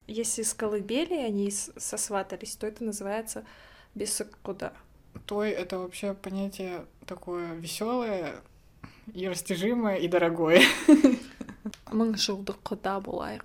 Если с колыбели они сосватались, то это называется бесыккуда. Той — это вообще понятие такое веселое и растяжимое, и дорогое. Мың жылдық құда болайық.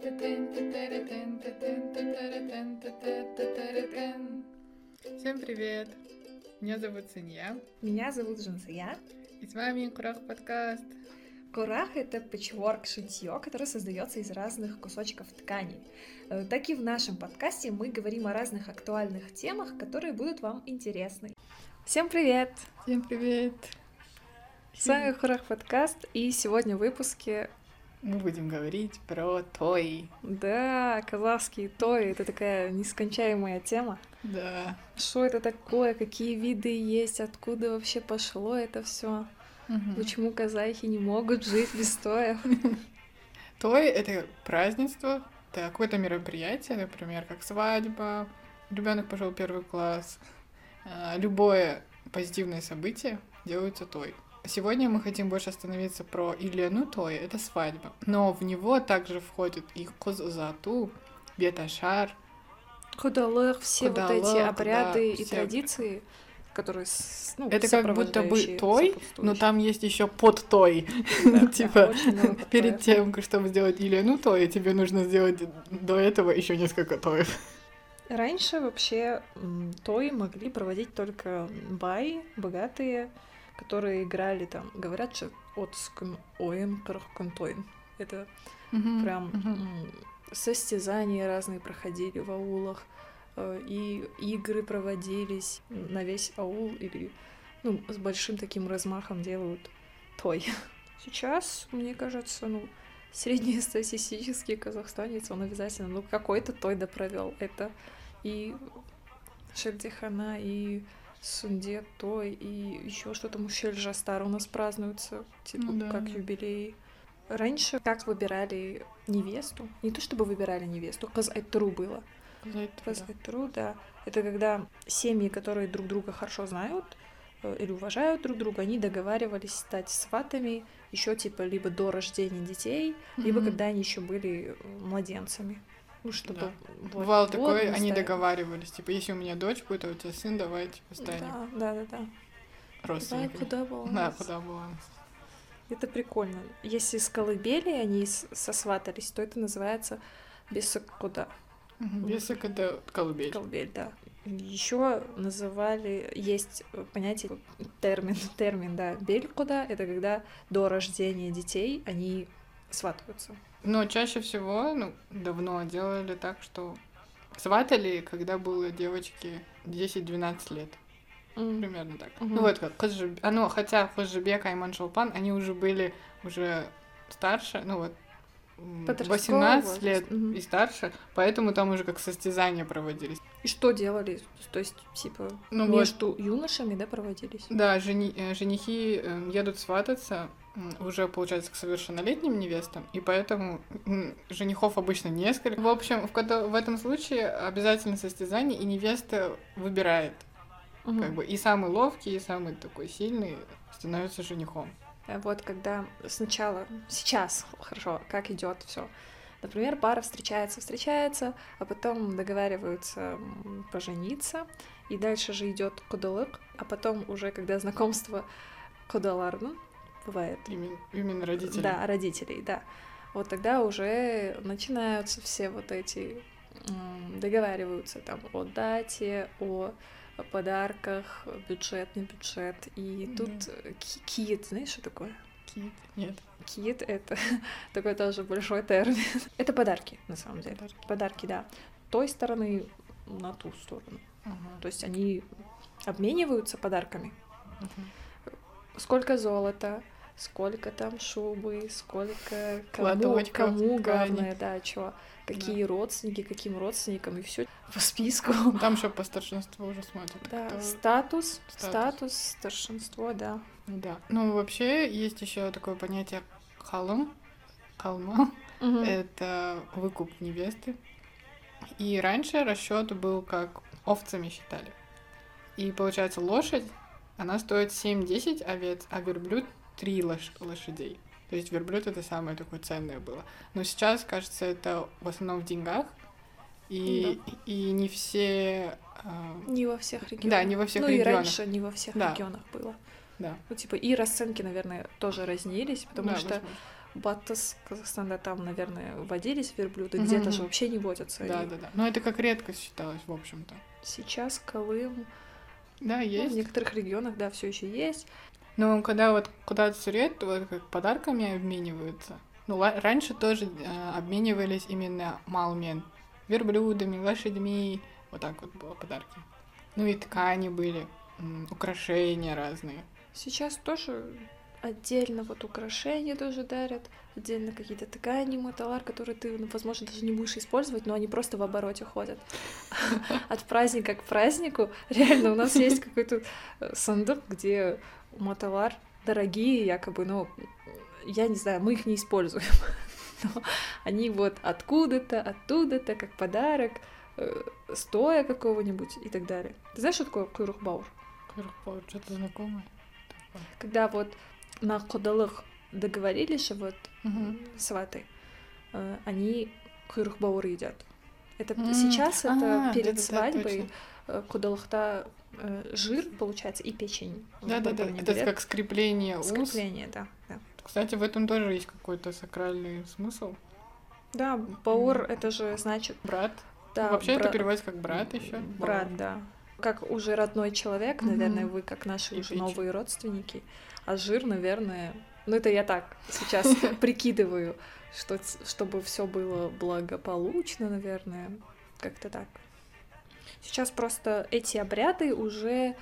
Всем привет! Меня зовут Синья. Меня зовут Жансия. И с вами Курах подкаст. Курах — это пэтчворк шитье, которое создается из разных кусочков тканей. Так и в нашем подкасте мы говорим о разных актуальных темах, которые будут вам интересны. Всем привет! Всем привет! С вами Курах подкаст, и сегодня в выпуске мы будем говорить про той. Да, казахский той — это такая нескончаемая тема. Да. Что это такое, какие виды есть, откуда вообще пошло это все? Почему казахи не могут жить без тоев? Той — это празднество, это какое-то мероприятие, например, как свадьба, ребенок пошел в первый класс. Любое позитивное событие делается той. Сегодня мы хотим больше остановиться про Илену той, это свадьба. Но в него также входит и коззату, беташар, Худалых, все вот эти обряды и все традиции, которые это как будто бы той, но там есть еще под той. Типа перед тем, чтобы сделать Илену той, тебе нужно сделать до этого еще несколько тоев. Раньше вообще той могли проводить только баи, богатые, которые играли там, говорят, что отскун оем кырхкунтойн. Это прям состязания разные проходили в аулах, и игры проводились на весь аул, или с большим таким размахом делают той. Сейчас, мне кажется, среднестатистический казахстанец, он обязательно, какой-то той да провел. Это и Шердихана, и Сунде той, и еще что-то Мушель Жастар у нас празднуется, типа как юбилей. Раньше как выбирали невесту? Не то чтобы выбирали невесту, каз-айтру было. Каз-айтру, да. Это когда семьи, которые друг друга хорошо знают или уважают друг друга, они договаривались стать сватами еще типа либо до рождения детей, либо когда они еще были младенцами. Чтобы бывало такое, они договаривались, типа, если у меня дочь будет, а у тебя сын, давай, типа, станем. Да. Родственниками. Куда было? Да, куда было. Это прикольно. Если с колыбели они сосватались, то это называется бесыккуда. Бесык — это колыбель. Колыбель, да. Еще называли, есть понятие, термин, да, белькуда, это когда до рождения детей они сватаются. Но чаще всего, давно делали так, что сватали, когда было девочке 10-12 лет. Примерно так. Как хотя Хожжебек, Айман Шолпан, они уже были старше, 18 лет и старше, поэтому там уже как состязания проводились. И что делали? То есть, типа, между юношами, да, проводились? Да, женихи едут свататься уже, получается, к совершеннолетним невестам, и поэтому женихов обычно несколько. В общем, в этом случае обязательно состязание, и невеста выбирает. И самый ловкий, и самый такой сильный становится женихом. Вот когда сейчас, хорошо, как идет все. Например, пара встречается, а потом договариваются пожениться, и дальше же идет кудалык, а потом уже, когда знакомство кудаларны, бывает. Именно родителей. Да, родителей, да. Вот тогда уже начинаются все вот эти, договариваются там о дате, о подарках, бюджет, не бюджет. И тут киет, знаешь, что такое? Киет? Нет. Киет — это такой тоже большой термин. Это подарки, на самом деле. Подарки, да. Той стороны на ту сторону. То есть они обмениваются подарками. Сколько золота, сколько там шубы, сколько кому главное, да, чего. Какие родственники, каким родственникам, и все по списку. Там еще по старшинству уже смотрят. Да, статус, старшинство, да. Да. Вообще есть еще такое понятие халма. Это выкуп невесты. И раньше расчет был как овцами считали. И получается, лошадь, она стоит 7-10 овец, а верблюд 3 лошадей. То есть верблюд — это самое такое ценное было. Но сейчас, кажется, это в основном в деньгах. И, Да. и не все... Не во всех регионах. Да, не во всех Ну регионах. и раньше не во всех Да. регионах было. Да. Ну, типа, и расценки, наверное, тоже разнились, потому Да, что возможно. Батыс, Казахстанда, там, наверное, водились верблюды, Мгм, где-то мгм. же вообще не водятся. Да, И да, да. Но это как редкость считалось, в общем-то. сейчас Колым, Да, ну, в есть. некоторых регионах, да, все еще есть. Но когда вот куда-то сурет, то вот как подарками обмениваются. Ну, раньше тоже обменивались именно малмен. Верблюдами, лошадьми. Вот так вот было подарки. Ну и ткани были, украшения разные. Сейчас тоже отдельно вот украшения тоже дарят, отдельно какие-то ткани, мотолар, которые ты, ну, возможно, даже не будешь использовать, но они просто в обороте ходят. От праздника к празднику реально у нас есть какой-то сундук, где мотолар дорогие якобы, но я не знаю, мы их не используем. Но они вот откуда-то, оттуда-то, как подарок, стоя какого-нибудь и так далее. Ты знаешь, что такое куйрухбаур? Что-то знакомое. Когда вот на кодалых договорились, что вот Мгм. сваты, они куйрухбаур едят. Это сейчас это перед да-да-да, свадьбой точно. кудалыхта жир, получается, и печень. Да-да-да, они это берут. как скрепление ус. Скрепление, да. Кстати, в этом тоже есть какой-то сакральный смысл. Да, баур это же значит, Брат. да, Вообще это переводится как брат еще. брат, да. Как уже родной человек, Мгм. наверное, вы как наши И уже печень. новые родственники, а жир, наверное, ну это я так сейчас прикидываю, что чтобы все было благополучно, наверное, как-то так. Сейчас просто эти обряды уже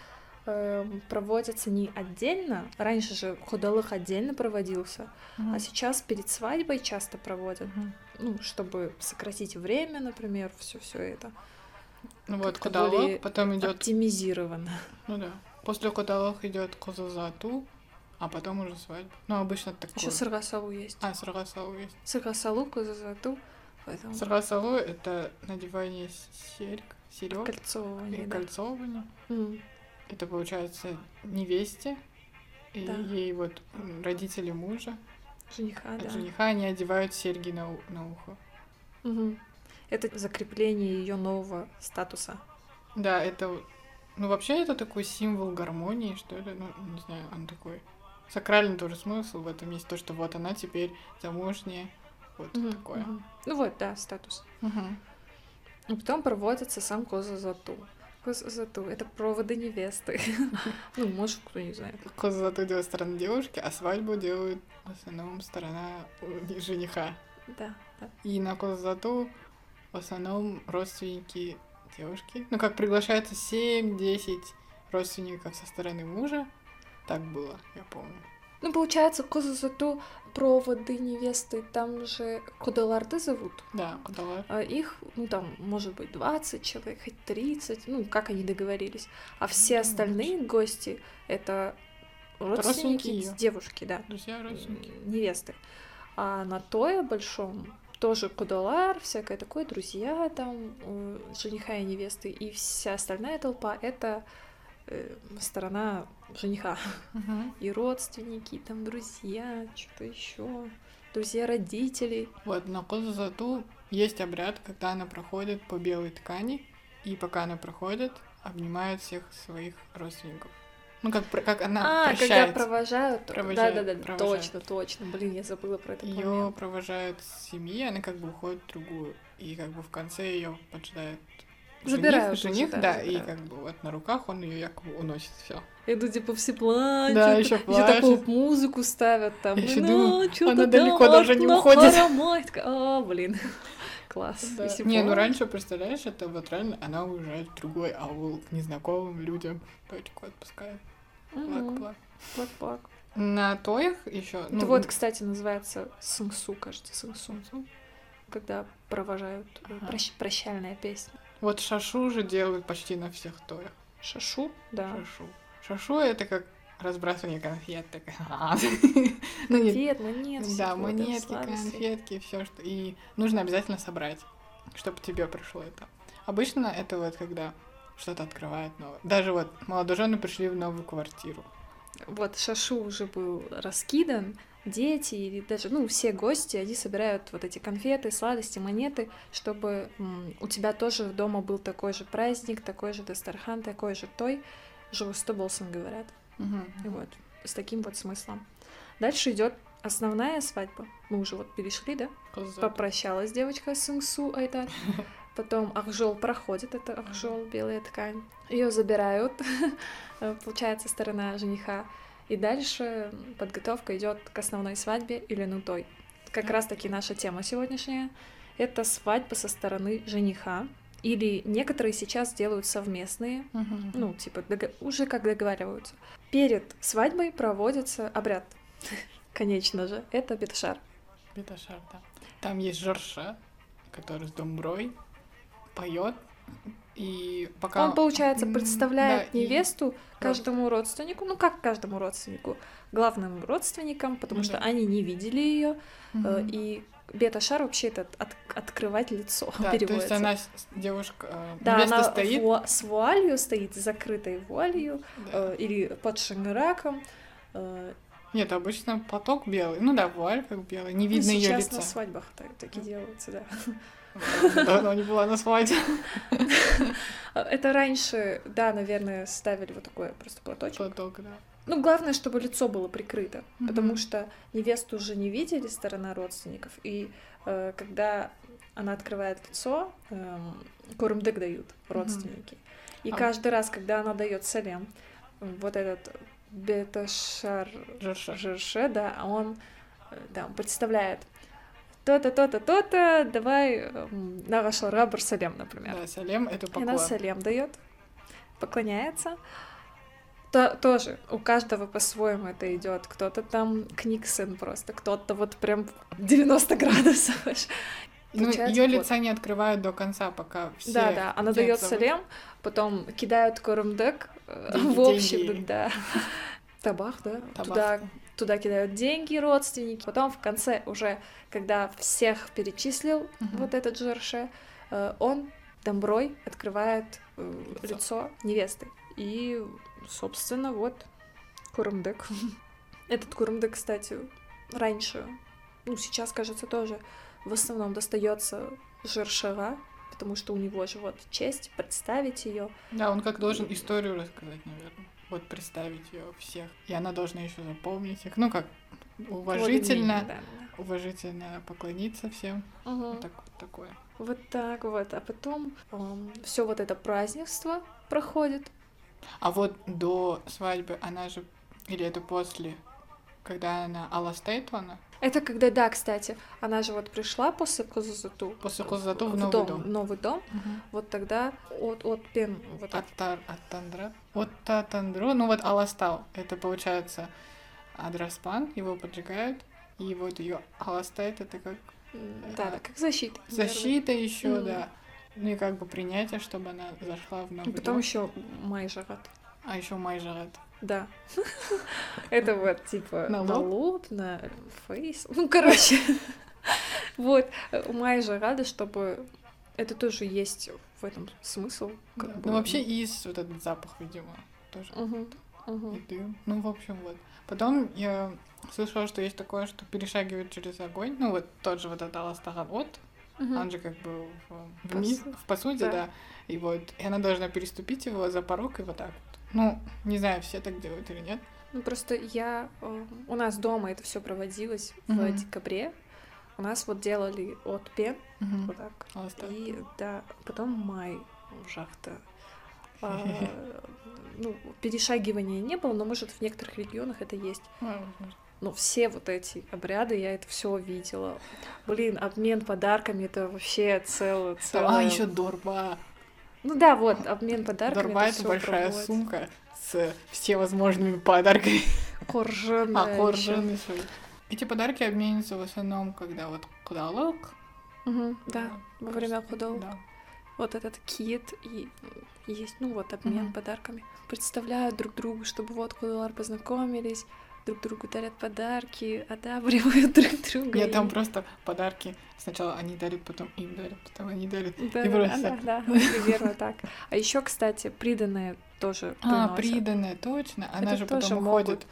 проводятся не отдельно. Раньше же ходалых отдельно проводился, Мгм. а сейчас перед свадьбой часто проводят, Мгм. ну, чтобы сократить время, например, все это. Ну вот Как-то кудалок, более потом идет. оптимизировано. Ну да. После кудалок идет козазату, а потом уже свадьба. Ну, обычно такое. Еще сыргасалу есть. А, саргасалу есть. Сыргасалу, козазату, поэтому Саргасалу — это надевание серёг кольцовывание, и да. кольцовывание. М, Это получается невесте, и Да. ей вот родители мужа, Жениха, от да. жениха, они одевают серьги на ухо. Мгм. Это закрепление ее нового статуса. Да, это, ну, вообще это такой символ гармонии, что ли, ну, не знаю, он такой сакральный тоже смысл в этом есть, то, что вот она теперь замужняя, вот Мгм, такое. мгм. Ну вот, да, статус. Мгм. И потом проводится сам козазату. Козазату — это проводы невесты. Ну, может, кто не знает. Козазату делает сторона девушки, а свадьбу делают в основном сторона жениха. Да, да. И на козазату в основном родственники девушки. Ну, как приглашается 7-10 родственников со стороны мужа. Так было, я помню. Ну, получается, козазату проводы невесты, там же кодаларды зовут. Да, кудалар. А их, ну, там, может быть, 20 человек, хоть 30, ну, как они договорились. А все Ну, остальные гости — это родственники её. девушки, да, Друзья, родственники. невесты. А на тое большом тоже кудалар, всякое такое, друзья там, жениха и невесты, и вся остальная толпа — это сторона жениха. Мгм. И родственники, и там друзья, что-то еще, друзья родителей. Вот, на козазату есть обряд, когда она проходит по белой ткани, и пока она проходит, обнимает всех своих родственников. Ну, как она Когда прощается. провожают. Провожают, Да-да-да, провожают. точно. Блин, я забыла про этот Ее момент. провожают с семьи, она как бы уходит в другую. И как бы в конце ее поджидает Забирают жених, уже, да, и забирают. как бы вот на руках он ее якобы уносит все. Иду, типа, все плачут. Да, ещё Ещё плачут. такую музыку ставят там. Я ещё «Ну, думаю, чё-то она там, далеко даже не уходит». Армай». Такая, блин, класс. Да. И все Не, ну плачут. раньше, представляешь, это вот реально она уезжает в другой аул к незнакомым людям. Дочку отпускает. Мгм. Плак-плак. Плак-плак. На тоях еще. Это вот, кстати, называется сыңсу, кажется, сыңсу. Когда провожают Ага. прощальная песня. Вот шашу же делают почти на всех тоях. Шашу, да. Шашу. Шашу это как разбрасывание конфет. такая. Ну, нет, Конфет, монет, да, всякого, монетки, сладостей. конфетки, все что. И нужно обязательно собрать, чтобы тебе пришло это. Обычно это вот когда что-то открывает новое. Даже вот молодожены пришли в новую квартиру. Вот шашу уже был раскидан, дети или даже, ну, все гости, они собирают вот эти конфеты, сладости, монеты, чтобы у тебя тоже дома был такой же праздник, такой же дастархан, такой же той, жусты болсын, говорят. И вот, с таким вот смыслом. Дальше идет основная свадьба. Мы уже вот перешли, да? Попрощалась девочка с Ингсу Айтат. Потом ахжол проходит, это ахжол, белая ткань. Ее забирают, получается, сторона жениха. И дальше подготовка идет к основной свадьбе или нутой. Как раз-таки наша тема сегодняшняя. Это свадьба со стороны жениха. Или некоторые сейчас делают совместные, ну, типа, уже как договариваются. Перед свадьбой проводится обряд. Конечно же, это беташар. Беташар, да. Там есть Жорша, который с домброй поет. И пока он, получается, представляет невесту каждому родственнику, ну как каждому родственнику, главным родственникам, потому что они не видели ее, и беташар вообще это открывать лицо, да, переводится. То есть она девушка, да, невеста она стоит с вуалью стоит, закрытой вуалью, или под шанграком. Нет, обычно платок белый, ну да, вуаль как белый, не видно ее лица. Сейчас на свадьбах такие делаются, да. Давно не была на свадьбе. Это раньше, да, наверное, ставили вот такой просто платочек. Платок, да. Ну, главное, чтобы лицо было прикрыто, потому что невесту уже не видели сторона родственников, и когда она открывает лицо, курумдык дают родственники. И каждый раз, когда она дает салем, вот этот беташар Жирше, да, он представляет то-то, то-то, то-то, давай нагашалга бар салем, например. Да, салем — это поклон. И она салем дает, поклоняется. Тоже у каждого по-своему это идет. Кто-то там книксен просто, кто-то вот прям 90 градусов. Ну, ее лица не открывают до конца, пока все. Да, она дает салем, потом кидают корумдек в общем, да. Табах, да. Туда кидают деньги родственники. Потом в конце уже, когда всех перечислил вот этот Жорше, он домброй открывает лицо невесты. И, собственно, вот курумдык. Этот курумдык, кстати, раньше, ну, сейчас, кажется, тоже в основном достается Жоршега, потому что у него же вот честь представить ее. Да, он как должен историю рассказать, наверное. Вот представить ее всех. И она должна еще запомнить их. Ну, как уважительно, уважительно поклониться всем. Вот такое. Вот так вот. А потом все вот это празднество проходит. А вот до свадьбы она же, или это после, когда она аластайтлана? Это когда, да, кстати, она же вот пришла после Козузату. После Козузату в новый дом. Вот тогда от пен... Вот от Тандро, ну вот аластал, это получается адраспан, его поджигают, и вот ее аластайт, это как... Да, как защита. Защита еще, да. Ну и как бы принятие, чтобы она зашла в новый дом. Потом еще майжарат. А еще майжарат. Да. Это вот типа на лоб, на фейс. Ну, короче. Вот. Майжарада, чтобы... Это тоже есть в этом смысл. Ну, вообще есть вот этот запах, видимо, тоже. И дым. Ну, в общем, вот. Потом я слышала, что есть такое, что перешагивают через огонь. Ну, вот тот же вот этот аластаган от. Он же как бы в посуде, да. И вот, и она должна переступить его за порог и вот так вот. Ну, не знаю, все так делают или нет. Ну, просто у нас дома это все проводилось в декабре. У нас вот делали от пен, вот так. И, да, потом май жахта. Ну, перешагивания не было, но, может, в некоторых регионах это есть. Но все вот эти обряды, я это все видела. Блин, обмен подарками, это вообще целое. А, еще дорба. Ну да, вот, обмен подарками. Дорба — это большая сумка с всевозможными подарками. Корженая. Корженая. Эти подарки обмениваются в основном, когда вот худалок. Да, во время худалок. Да. Вот этот кит и есть, ну вот, обмен подарками. Представляют друг другу, чтобы вот худалар познакомились, друг другу дарят подарки, одабривают друг друга. Нет, там просто подарки. Сначала они дарят, потом им дарят, потом они дарят. Да, примерно так. А еще, кстати, приданые тоже приносят. Приданые, точно. Она же потом уходит.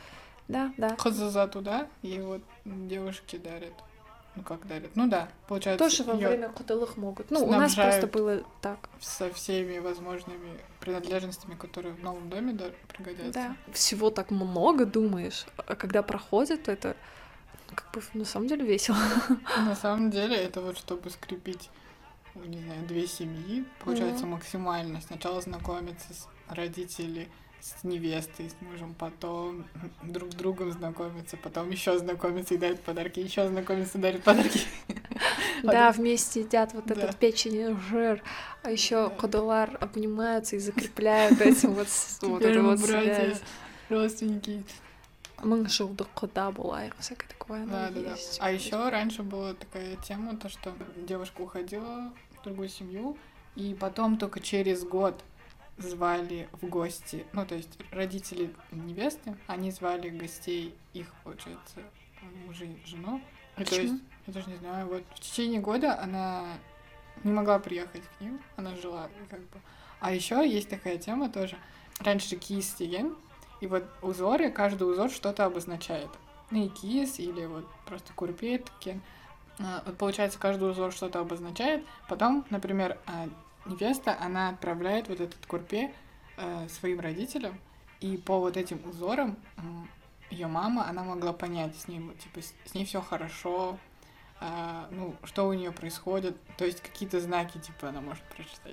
Да, да. Хазаза туда, и вот девушки дарят. Ну как дарят? Ну да, получается, Тоже во её время кутылых могут. Ну, у нас просто снабжают было так. со всеми возможными принадлежностями, которые в новом доме пригодятся. Да. Всего так много думаешь, а когда проходит это, как бы на самом деле весело. На самом деле, это вот чтобы скрепить, не знаю, две семьи, получается максимально. Сначала знакомиться с родителями, с невестой, с мужем, потом друг с другом знакомиться, потом еще знакомиться и дарят подарки, еще знакомиться и дарят подарки. Да, вместе едят вот Да. этот печень, жир, а еще кодолар обнимаются и закрепляют этим вот Теперь эту мы вот братья, связь. родственники. Мыңжылдық құда болайық, всякое такое. Да, оно да, да. есть. А еще раньше была такая тема, то что девушка уходила в другую семью, и потом только через год звали в гости, ну, то есть родители невесты, они звали гостей их, получается, мужей, жену. И то есть, я даже не знаю, вот в течение года она не могла приехать к ним, она жила как бы. А еще есть такая тема тоже. Раньше киіз деген, и вот узоры, каждый узор что-то обозначает. Ну и киіз, или вот просто курпе такен. Вот получается, каждый узор что-то обозначает. Потом, например, невеста, она отправляет вот этот курпе своим родителям, и по вот этим узорам ее мама, она могла понять, с ней, типа, с ней все хорошо, ну, что у нее происходит, то есть какие-то знаки, типа, она может прочитать.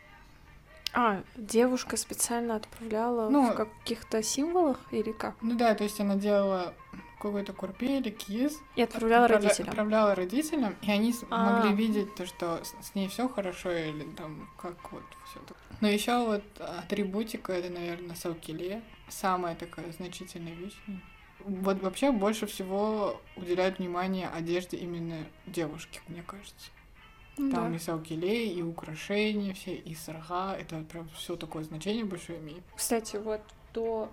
А, девушка специально отправляла Ну, в каких-то символах или как? Ну да, то есть она делала какой-то курпе или киіз. И отправляла родителям. Отправляла родителям, и они А. могли видеть то, что с ней все хорошо, или там как вот все. Но еще вот атрибутика, это, наверное, саукеле, самая такая значительная вещь. Вот вообще больше всего уделяют внимание одежде именно девушки, мне кажется. Там Да. и саукеле, и украшения все, и сарга, это прям все такое значение большое имеет. Кстати, вот до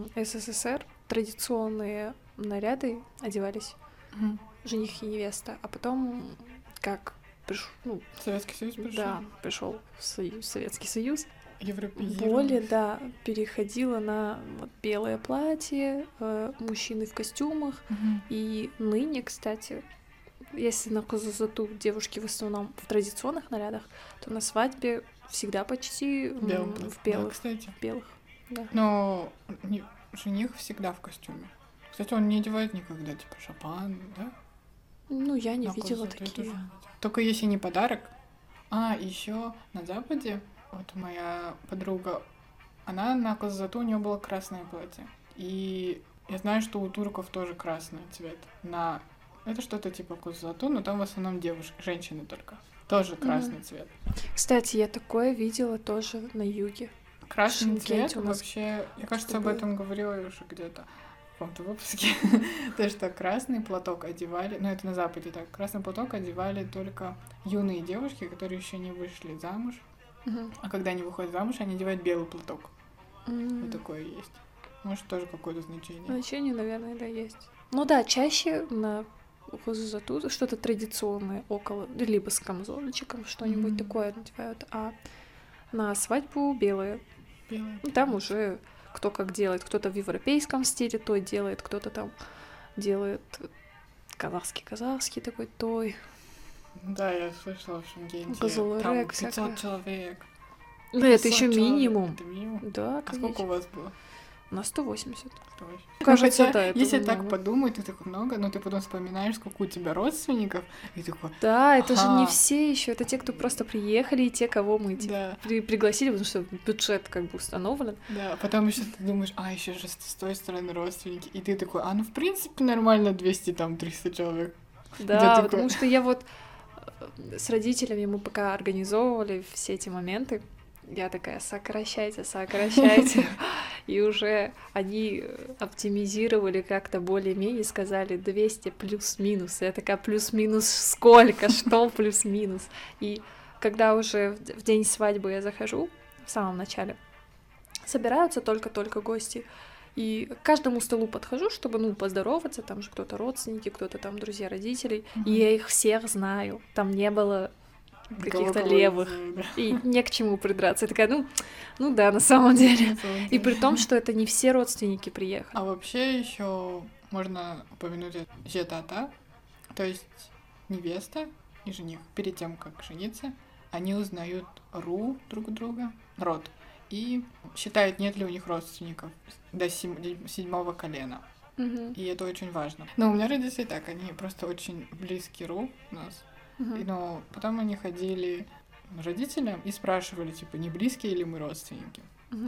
СССР традиционные наряды одевались жених и невеста, а потом как Советский Союз пришел. да, пришел Советский Союз, Европеизирован. более, да, переходила на вот белое платье, мужчины в костюмах, и ныне, кстати, если на Козузату девушки в основном в традиционных нарядах, то на свадьбе всегда почти в белых. Да, кстати. В белых, да. Но жених всегда в костюме. Кстати, он не одевает никогда, типа, шапан, да? Ну, я не На видела Козузату такие. тоже. Только если не подарок. А, еще на Западе, вот моя подруга, она на Козузату, у нее было красное платье. И я знаю, что у турков тоже красный цвет. Это что-то типа Козузату, но там в основном девушки, женщины только. Тоже красный цвет. Кстати, я такое видела тоже на юге. Красный Шымкенте цвет у нас вообще, я кажется, что об было. этом говорила я уже где-то в каком-то выпуске. То, что красный платок одевали, ну это на Западе так, красный платок одевали только юные девушки, которые еще не вышли замуж. А когда они выходят замуж, они одевают белый платок. Вот такое есть. Может, тоже какое-то значение. Значение, наверное, да, есть. Ну да, чаще на Козузату что-то традиционное около, либо с камзольчиком что-нибудь такое надевают, а на свадьбу белое. Белое. Там уже кто как делает. Кто-то в европейском стиле той делает, кто-то там делает казахский такой той. Да, я слышала в Шымкенте. Газолорек Там 500 всякое. человек. Ну, это 500 еще человек. минимум. Это минимум. Да, А сколько у вас было? На 180. Кажется, Кажется, да, это если много. так подумать, это так много, но ты потом вспоминаешь, сколько у тебя родственников, и такой, Да, это же не Ага. все еще, это те, кто просто приехали, и те, кого мы да, пригласили, потому что бюджет как бы установлен. да, потом еще ты думаешь, еще же с той стороны родственники, и ты такой, ну в принципе нормально 200, там 300 человек. Да, Да, такой. потому что я вот с родителями мы пока организовывали все эти моменты, я такая, сокращайте. И уже они оптимизировали как-то более-менее, сказали 200 плюс-минус. Я такая, плюс-минус сколько? Что плюс-минус? И когда уже в день свадьбы я захожу, в самом начале, собираются только-только гости, и к каждому столу подхожу, чтобы, поздороваться, там же кто-то родственники, кто-то там друзья родителей, и я их всех знаю. Там не было каких-то левых, и не к чему придраться. Я такая, ну да, на самом деле. И при том, что это не все родственники приехали. А вообще еще можно упомянуть жетата, то есть невеста и жених перед тем, как жениться, они узнают друг друга, род, и считают, нет ли у них родственников до 7-го колена. И это очень важно. Но у меня родители так, они просто очень близкие у нас. Но потом они ходили родителям и спрашивали, типа, не близкие ли мы родственники.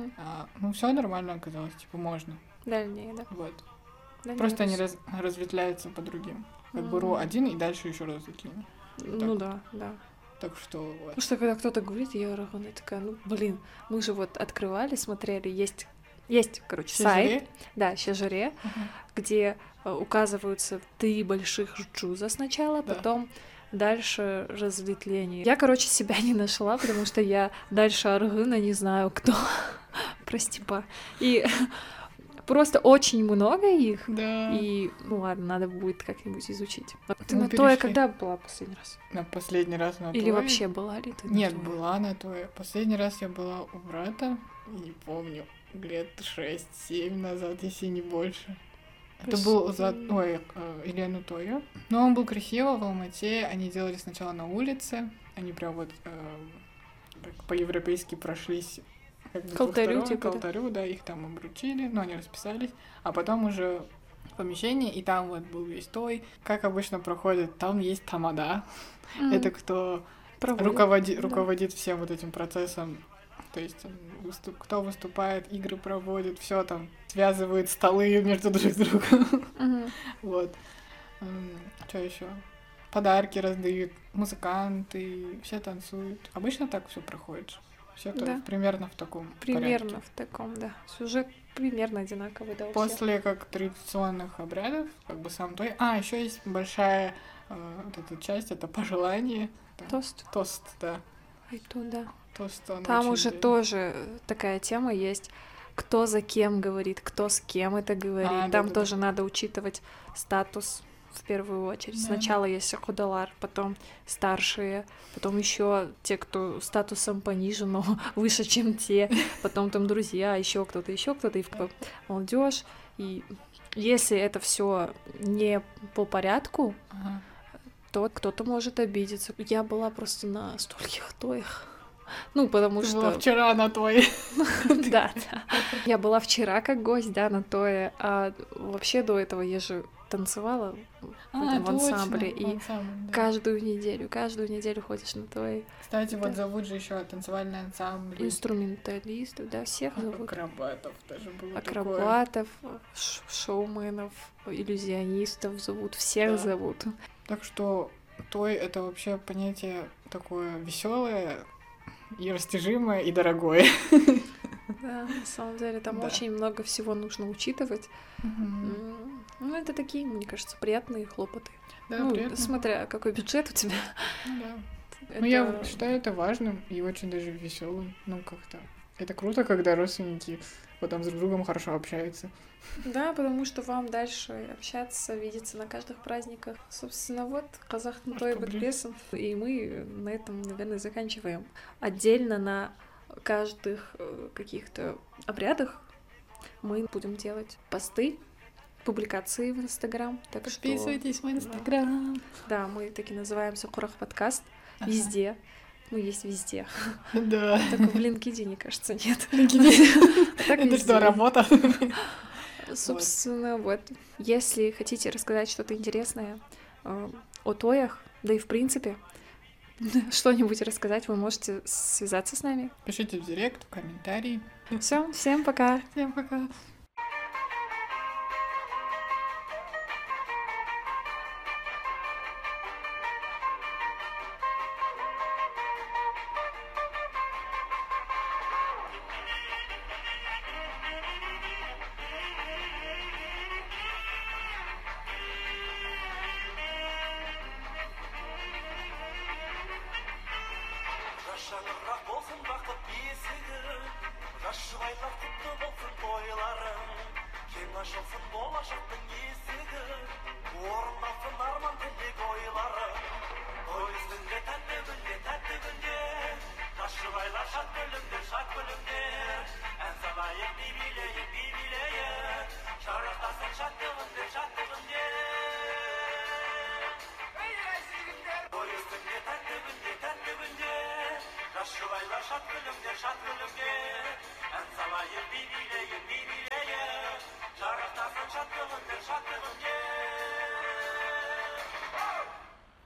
Все нормально оказалось, типа, можно. Дальнее, да. Вот. Дальнее просто они разветвляются по другим. Как бы РУ один, и дальше еще разветвление. Ну да. Так что вот. Потому что когда кто-то говорит, я такая, мы же вот открывали, смотрели, есть, короче, сайт, да, Щежире, где указываются 3 больших джуза сначала, потом дальше разветвление. Я, короче, себя не нашла, потому что я дальше Аргына не знаю кто. Прости, па. И просто очень много их. Да. И, ладно, надо будет как-нибудь изучить. Ты на Тое когда была последний раз? На последний раз на Тое? Или вообще была ли ты на Нет, Тое? была на Тое. Последний раз я была у брата, не помню, лет 6-7 назад, если не больше. Это был Елену Тою. Но он был красиво в Алмате. Они делали сначала на улице. Они прям вот по-европейски прошлись. К алтарю, к алтарю, да, их там обручили, но они расписались. А потом уже в помещении, и там вот был весь Той. Как обычно проходит, там есть тамада. Это кто руководит всем вот этим процессом. То есть кто выступает, игры проводит, все там, связывает столы между друг другом. Вот. Что еще? Подарки раздают, музыканты, все танцуют. Обычно так все проходит. Все примерно в таком порядке. В таком, да. Сюжет примерно одинаковый, да. После как традиционных обрядов, как бы сам Той. Еще есть большая вот эта часть, это пожелание. Тост, да. Там уже тоже такая тема есть, кто за кем говорит, кто с кем это говорит. Там тоже надо учитывать статус в первую очередь. Сначала есть худалар, потом старшие, потом еще те, кто статусом пониже, но выше, чем те, потом там друзья, еще кто-то, и молодежь. И если это все не по порядку, то кто-то может обидеться. Я была просто на стольких Тоях. Потому что... была вчера на Тое. Да. Я была вчера как гость, да, на Тое, а вообще до этого я же танцевала в ансамбле, и каждую неделю ходишь на Тое. Кстати, вот зовут же еще танцевальный ансамбль. Инструменталистов, да, всех зовут. Акробатов даже было Акробатов, шоуменов, иллюзионистов зовут, всех зовут. Так что Той — это вообще понятие такое веселое и растяжимое, и дорогое. Да, на самом деле там очень много всего нужно учитывать. Это такие, мне кажется, приятные хлопоты. Да, приятно. Смотря какой бюджет у тебя. Да. Я считаю это важным и очень даже веселым. Как-то. Это круто, когда родственники потом с друг другом хорошо общаются. Да, потому что вам дальше общаться, видеться на каждых праздниках. Собственно, вот Казах на Той Бетбесен. И мы на этом, наверное, заканчиваем. Отдельно на каждых каких-то обрядах мы будем делать посты, публикации в Инстаграм. Подписывайтесь в Инстаграм. Да, мы таки называемся Курах подкаст. Везде. Мы есть везде. Да. Только в LinkedIn, кажется, нет. Это что, работа? Собственно, вот. Если хотите рассказать что-то интересное о Тоях, да и в принципе, что-нибудь рассказать, вы можете связаться с нами. Пишите в директ, в комментарии. Все, всем пока. Всем пока. Шаңырақ болсын бақыт бесігі, жас жұбайлар құтты болсын тойларың, кең ашылсын болашақтың есігі, орындалсын арман тілек ойларың. Той біздің де тәтті күнде тәтті шат күліңдер, ән салайық би билеп.